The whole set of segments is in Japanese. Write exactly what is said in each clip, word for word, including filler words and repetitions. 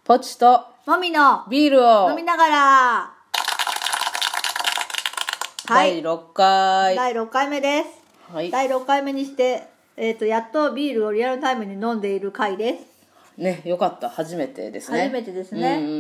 ポチともみのビールを飲みながら、は第い、 ろっかい、 だいろっかいめです。 はい、 だいろっかいめにして、えーと、やっとビールをリアルタイムに飲んでいる回です。 ね、よかった。初めてですね。 初めてですね。 うんうんうん。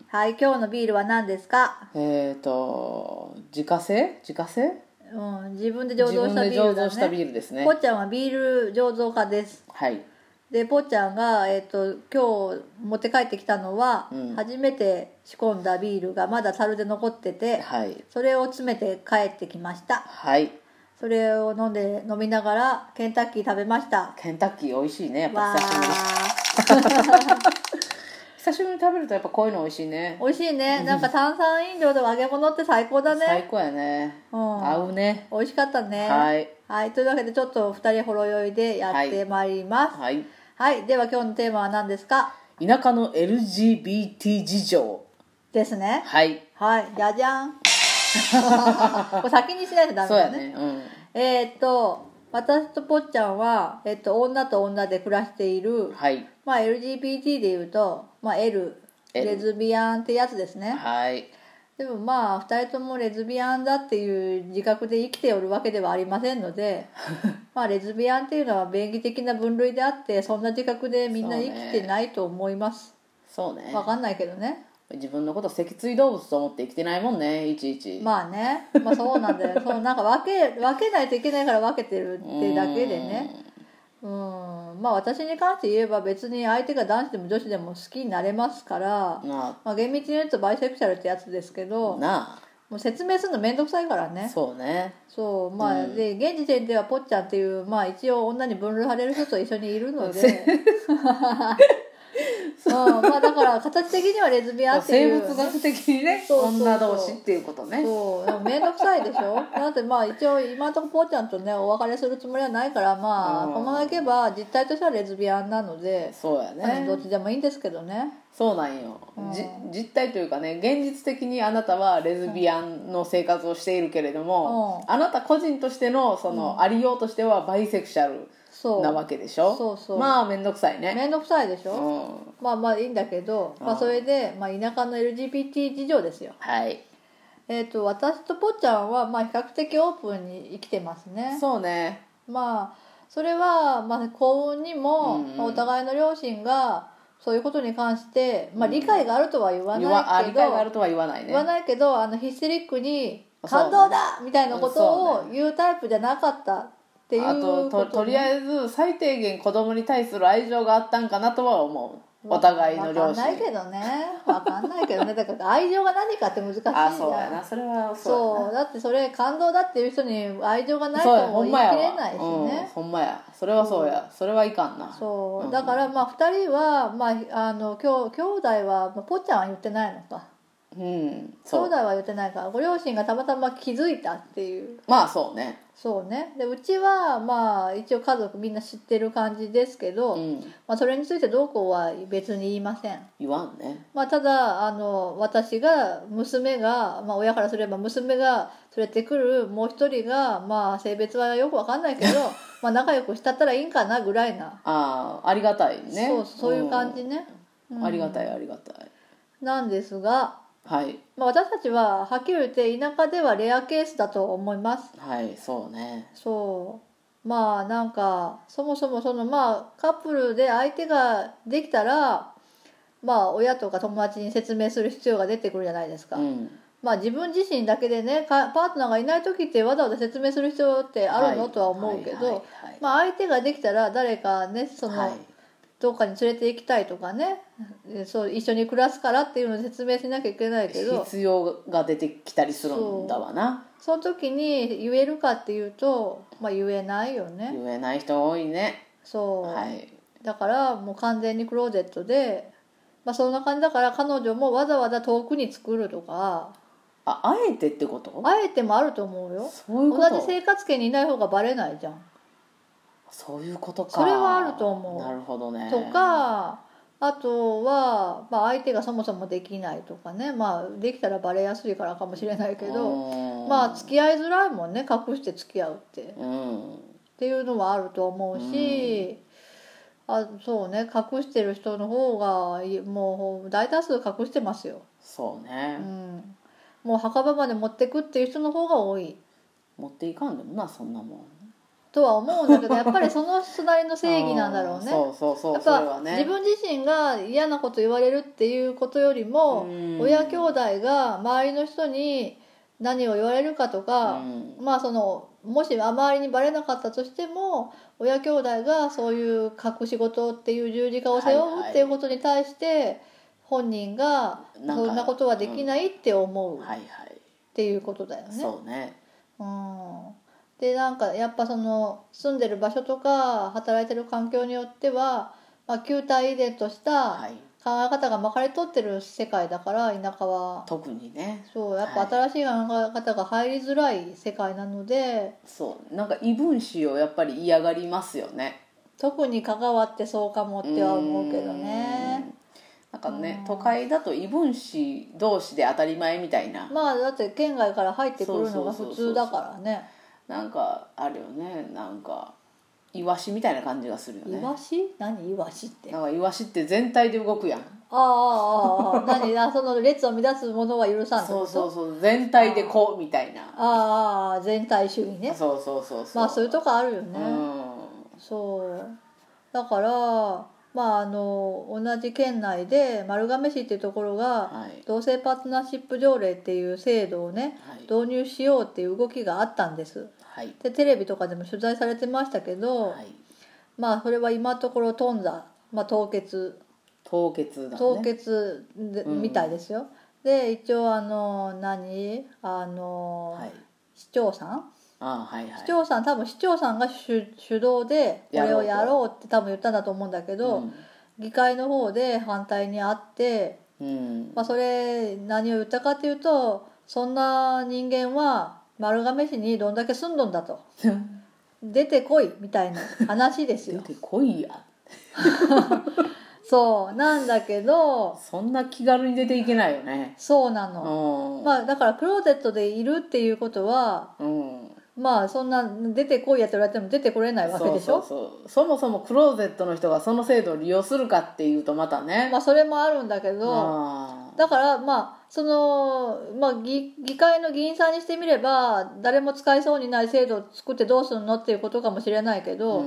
はい、今日のビールは何ですか？ えーと自家製自家製うん、自分で醸造したビールだね。 自分で醸造したビールですね。 ぽっちゃんはビール醸造家です。 はい。 でぽっちゃんが、えーと、今日持って帰ってきたのは、 うん、 初めて仕込んだビールがまだ樽で残ってて、 はい、 それを詰めて帰ってきました。 はい。 それを飲んで飲みながらケンタッキー食べました。 ケンタッキー美味しいね、やっぱわ久しぶり。 ー久しぶりに食べるとやっぱこういうの美味しいね。 美味しいね。なんか炭酸飲料と揚げ物って最高だね。 最高やね、うん、合うね。 美味しかったね。 はい、 はい、というわけでちょっとふたりほろ酔いでやってまいります。 はい、 はい、では今日のテーマは何ですか？ 田舎の エルジービーティー 事情ですね。 はいはい、じゃじゃんこれ先にしないとダメだね。 そうやね、うん、 えー、っと私とぽっちゃんは、えっと、女と女で暮らしている、 はい、 まあ、エルジービーティー でいうと、まあ、L, L レズビアンってやつですね。 はい。 でもまあふたりともレズビアンだっていう自覚で生きておるわけではありませんのでまあレズビアンっていうのは便宜的な分類であって、そんな自覚でみんな生きてないと思います。 そうね、 分かんないけどね。 自分のこと脊椎動物と思って生きてないもんね、いちいち。 まあね、まあそうなんだよそうなんか分け分けないといけないから分けてるってだけでね。うん、まあ私に関して言えば別に相手が男子でも女子でも好きになれますから、 なまあ、厳密に言うとバイセクシャルってやつですけど、 なあ、 もう説明するの面倒くさいからね。 そうね、 そうまあ、 うん、 で現時点ではぽっちゃんっていう、まあ、一応女に分類される人と一緒にいるのでうん、まあだから形的にはレズビアンっていう、 生物学的にね、そうそうそう、女同士っていうことね。 そうでも面倒くさいでしょだってまあ一応今のところぽっちゃんとねお別れするつもりはないから、まあ、うん、このままいけば実態としてはレズビアンなので、 そうやね、 どっちでもいいんですけどね。 そうなんよ、 うん、 じ実態というかね、現実的にあなたはレズビアンの生活をしているけれども、うん、あなた個人としてのその、うん、ありようとしてはバイセクシャルなわけでしょ。そうそう、まあ面倒くさいね。 面倒くさいでしょ、うん、まあまあいいんだけど、まあ、それで、まあ、田舎の エルジービーティー 事情ですよ。 はい。 えーと、私とぽっちゃんは、まあ、比較的オープンに生きてますね。 そうね。 まあそれは、まあ、幸運にも、うんうん、まあ、お互いの両親がそういうことに関して、まあ、理解があるとは言わないけど、うん、 理解があるとは言わないね。 言わないけど、あのヒステリックに感動だみたいなことを言うタイプじゃなかったっていうこと、ね、 あと と, とりあえず最低限子供に対する愛情があったんかなとは思う。お互いの両親。 分かんないけどね分かんないけどねだから愛情が何かって難しいじゃん。 あ、そうやな、それはそうやな。そうだってそれ感動だっていう人に愛情がないとも言い切れないしね。 ほんまや、それはそうや、それはいかんな。 そう、うん、だからまあふたりは、まあ、あのきょ兄弟は、まあ、ぽっちゃんは言ってないのか、 うん、 そう兄弟は言ってないからご両親がたまたま気づいたっていう。 まあそうね。 そうね。でうちはまあ一応家族みんな知ってる感じですけど、うん、まあ、それについてどうこうは別に言いません。 言わんね。 まあ、ただあの私が娘が、まあ、親からすれば娘が連れてくるもう一人が、まあ、性別はよく分かんないけどまあ仲良くしたったらいいんかなぐらいな。 ああ、ありがたいね。 そうそういう感じね、 うんうん、ありがたいありがたいなんですが、 はい、 まあ、私たちははっきり言って田舎ではレアケースだと思います。 はい、そうね。 そうまあなんかそもそもそのまあカップルで相手ができたら、まあ親とか友達に説明する必要が出てくるじゃないですか、うん、まあ自分自身だけでねパートナーがいない時ってわざわざ説明する必要ってあるの、はい、とは思うけど、まあ相手ができたら誰かねその、はい、どっかに連れて行きたいとかね、そう一緒に暮らすからっていうのを説明しなきゃいけないけど、 必要が出てきたりするんだわな。 その時に言えるかっていうと、まあ、言えないよね。 言えない人多いね。 そう、 はい、 だからもう完全にクローゼットで、まあ、そんな感じだから彼女もわざわざ遠くに作るとか。 あ、あえてってこと？ あえてもあると思うよ。 そういうこと？ 同じ生活圏にいない方がバレないじゃん。 そういうことか。 それはあると思う。 なるほどね。 とかあとは、まあ、相手がそもそもできないとかね、まあ、できたらバレやすいからかもしれないけど、まあ付き合いづらいもんね、隠して付き合うって、うん、っていうのはあると思うし、 あ、そうね、隠してる人の方がもう大多数隠してますよ。 そうね、 うん、もう墓場まで持ってくっていう人の方が多い。 持っていかんでもなそんなもんとは思うんだけど、やっぱりその人なりの正義なんだろうね。 そうそうそう、 やっぱそれはね、 自分自身が嫌なこと言われるっていうことよりも、親兄弟が周りの人に何を言われるかとか、まあそのもし周りにバレなかったとしても親兄弟がそういう隠し事っていう十字架を背負うっていうことに対して本人がそんなことはできないって思うっていうことだよね。 そうね、 うん、でなんかやっぱその住んでる場所とか働いてる環境によっては、まあ、旧態依然とした考え方がまかり通ってる世界だから田舎は特にね、 そうやっぱ新しい考え方が入りづらい世界なので、はい、 そうなんか異分子をやっぱり嫌がりますよね。 特に関わってそうかもっては思うけどね。 なんかね、都会だと異分子同士で当たり前みたいな、 まあだって県外から入ってくるのが普通だからね。 なんかあるよね、なんかイワシみたいな感じがするよね。 イワシ？何イワシって？ なんかイワシって全体で動くやん。あああああ何だその列を乱すものは許さんってこと？ そうそうそう、全体でこうみたいな。 ああ全体主義ね。 そうそうそうそう。 まあそういうとこあるよね。 うん、 そうだからまああの同じ県内で丸亀市っていうところが、はい、同性パートナーシップ条例っていう制度をね、はい、導入しようっていう動きがあったんです。はい、でテレビとかでも取材されてましたけど、はい、まあそれは今のところ頓挫、まあ、凍結凍結だね、 凍結で、うん、みたいですよ。で一応あの何あの、はい、市長さんああ、はいはい、 市長さん多分市長さんが主主導でこれをやろうって多分言ったんだと思うんだけど、うん、議会の方で反対にあって、うんまあ、それ何を言ったかっていうとそんな人間は丸亀市にどんだけ住んどんだと出てこいみたいな話ですよ。 出てこいやそうなんだけどそんな気軽に出ていけないよね。 そうなの、まあだからクローゼットでいるっていうことは、うん、まあそんな出てこいやって言われても出てこれないわけでしょ。 そうそうそう、そもそもクローゼットの人がその制度を利用するかっていうとまたね、 まあそれもあるんだけど、だからまあその、まあ、議, 議会の議員さんにしてみれば誰も使いそうにない制度を作ってどうするのっていうことかもしれないけど、うん、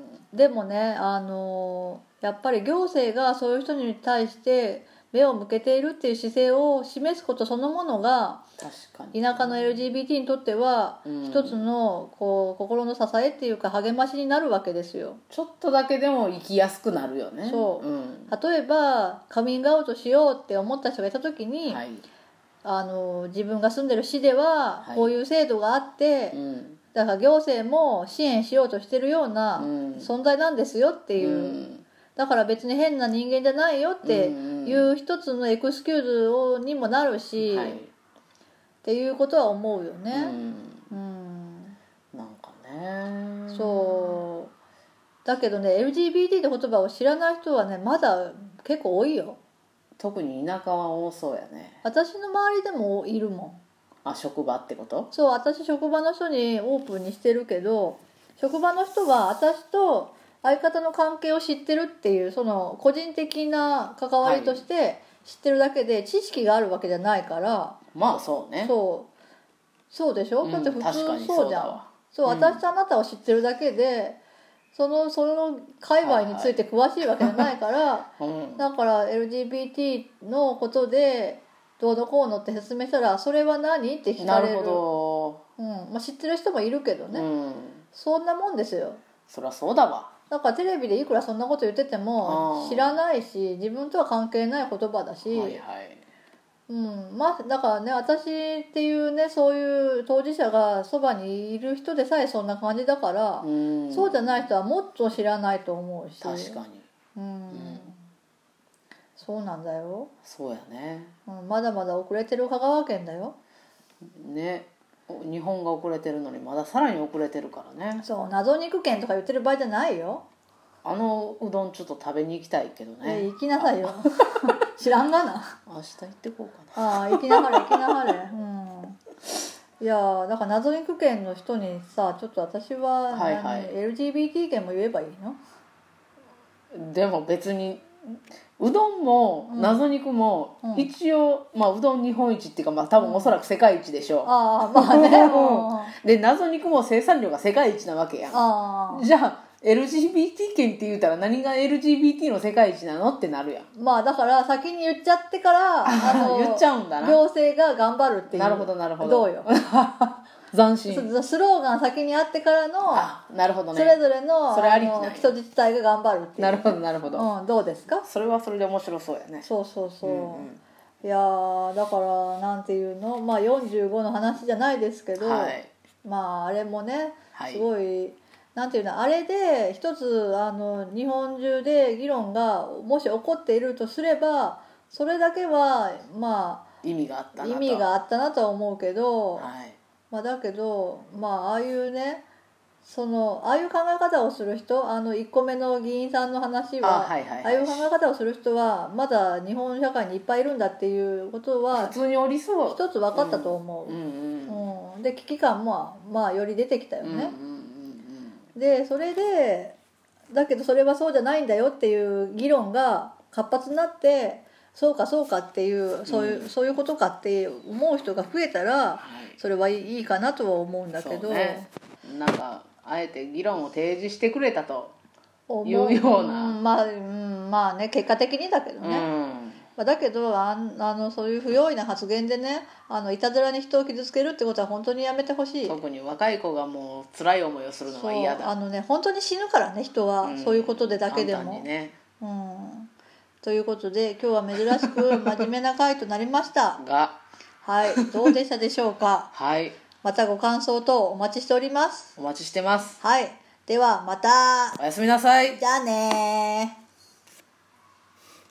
でもねあのやっぱり行政がそういう人に対して目を向けているっていう姿勢を示すことそのものが確かに田舎の エルジービーティー にとっては一つのこう心の支えっていうか励ましになるわけですよ。 ちょっとだけでも生きやすくなるよね。 そう、うん、例えばカミングアウトしようって思った人がいた時に、はい、あの自分が住んでる市ではこういう制度があって、はいうん、だから行政も支援しようとしてるような存在なんですよっていう、うんだから別に変な人間じゃないよっていう一つのエクスキューズにもなるし、はい、っていうことは思うよね。うん、うん、 なんかねそうだけどね エルジービーティー って言葉を知らない人はねまだ結構多いよ。 特に田舎は多そうやね。 私の周りでもいるもん。 あ、職場ってこと？ そう私職場の人にオープンにしてるけど職場の人は私と相方の関係を知ってるっていうその個人的な関わりとして知ってるだけで知識があるわけじゃないから、はい、まあそうねそうそうでしょ、うん、だって普通そうじゃん。そう、うん、私とあなたを知ってるだけでそのその界隈について詳しいわけじゃないから、はいはいうん、だから エルジービーティー のことでどうのこうのって説明したらそれは何って聞かれる。なるほど、うんまあ、知ってる人もいるけどね、うん、そんなもんですよ。 そりゃそうだわ。 だからテレビでいくらそんなこと言ってても知らないし自分とは関係ない言葉だし、はいはいうんまあ、だからね私っていうねそういう当事者がそばにいる人でさえそんな感じだからうんそうじゃない人はもっと知らないと思うし確かに、 うんうん、そうなんだよ。 そうやね、 うん、まだまだ遅れてる香川県だよね。日本が遅れてるのにまださらに遅れてるからね。 そう謎肉券とか言ってる場合じゃないよ。 あのうどんちょっと食べに行きたいけどね。 え行きなさいよ知らんがな。 明日行ってこうかな。ああ行きなはれ行きなはれ、うん、いやだから謎肉券の人にさちょっと私は、はいはい、エルジービーティー 券も言えばいいの？ でも別にうどんも謎肉も一応、うん、まあうどん日本一っていうか、まあ多分おそらく世界一でしょう、うん、 ああまあね、 うん、で謎肉も生産量が世界一なわけやん。あじゃあ エルジービーティー 圏って言うたら何が エルジービーティー の世界一なのってなるやん。 まあだから先に言っちゃってからあの言っちゃうんだな。 行政が頑張るっていう。 なるほどなるほど。 どうよ斬新。 スローガン先にあってからのあなるほど、ね、 それぞれ の, それありきあの人自治体が頑張るっていう。 なるほどなるほど、 うん、どうですか。 それはそれで面白そうやね。 そうそうそう、うんうん、いやだからなんていうの、まあよんじゅうごの話じゃないですけど、はい、まああれもねすごい、はい、なんていうのあれで一つあの日本中で議論がもし起こっているとすればそれだけはまあ意味があったなと意味があったなとは思うけど、 はいまあ、だけどまあああいうねそのああいう考え方をする人あのいっこめの議員さんの話は あ,、はいはいはい、ああいう考え方をする人はまだ日本社会にいっぱいいるんだっていうことは普通におりそう一つ分かったと思う、うんうんうん、で危機感も、まあ、より出てきたよね、うんうんうんうん、でそれでだけどそれはそうじゃないんだよっていう議論が活発になってそうかそうかっていうそういう、うん、そういうことかって思う人が増えたら、はい、それはいいかなとは思うんだけど、ね、 なんかあえて議論を提示してくれたというような、 うん、まあ、うん、まあね結果的にだけどね、うんまあ、だけどああのそういう不用意な発言でねあのいたずらに人を傷つけるってことは本当にやめてほしい。 特に若い子がもう辛い思いをするのが嫌だ。 あのね本当に死ぬからね人は、うん、そういうことでだけでも簡単にね、 うんということで今日は珍しく真面目な回となりましたがはいどうでしたでしょうかはいまたご感想等お待ちしております。 お待ちしてます。 はいではまたおやすみなさい。 じゃあね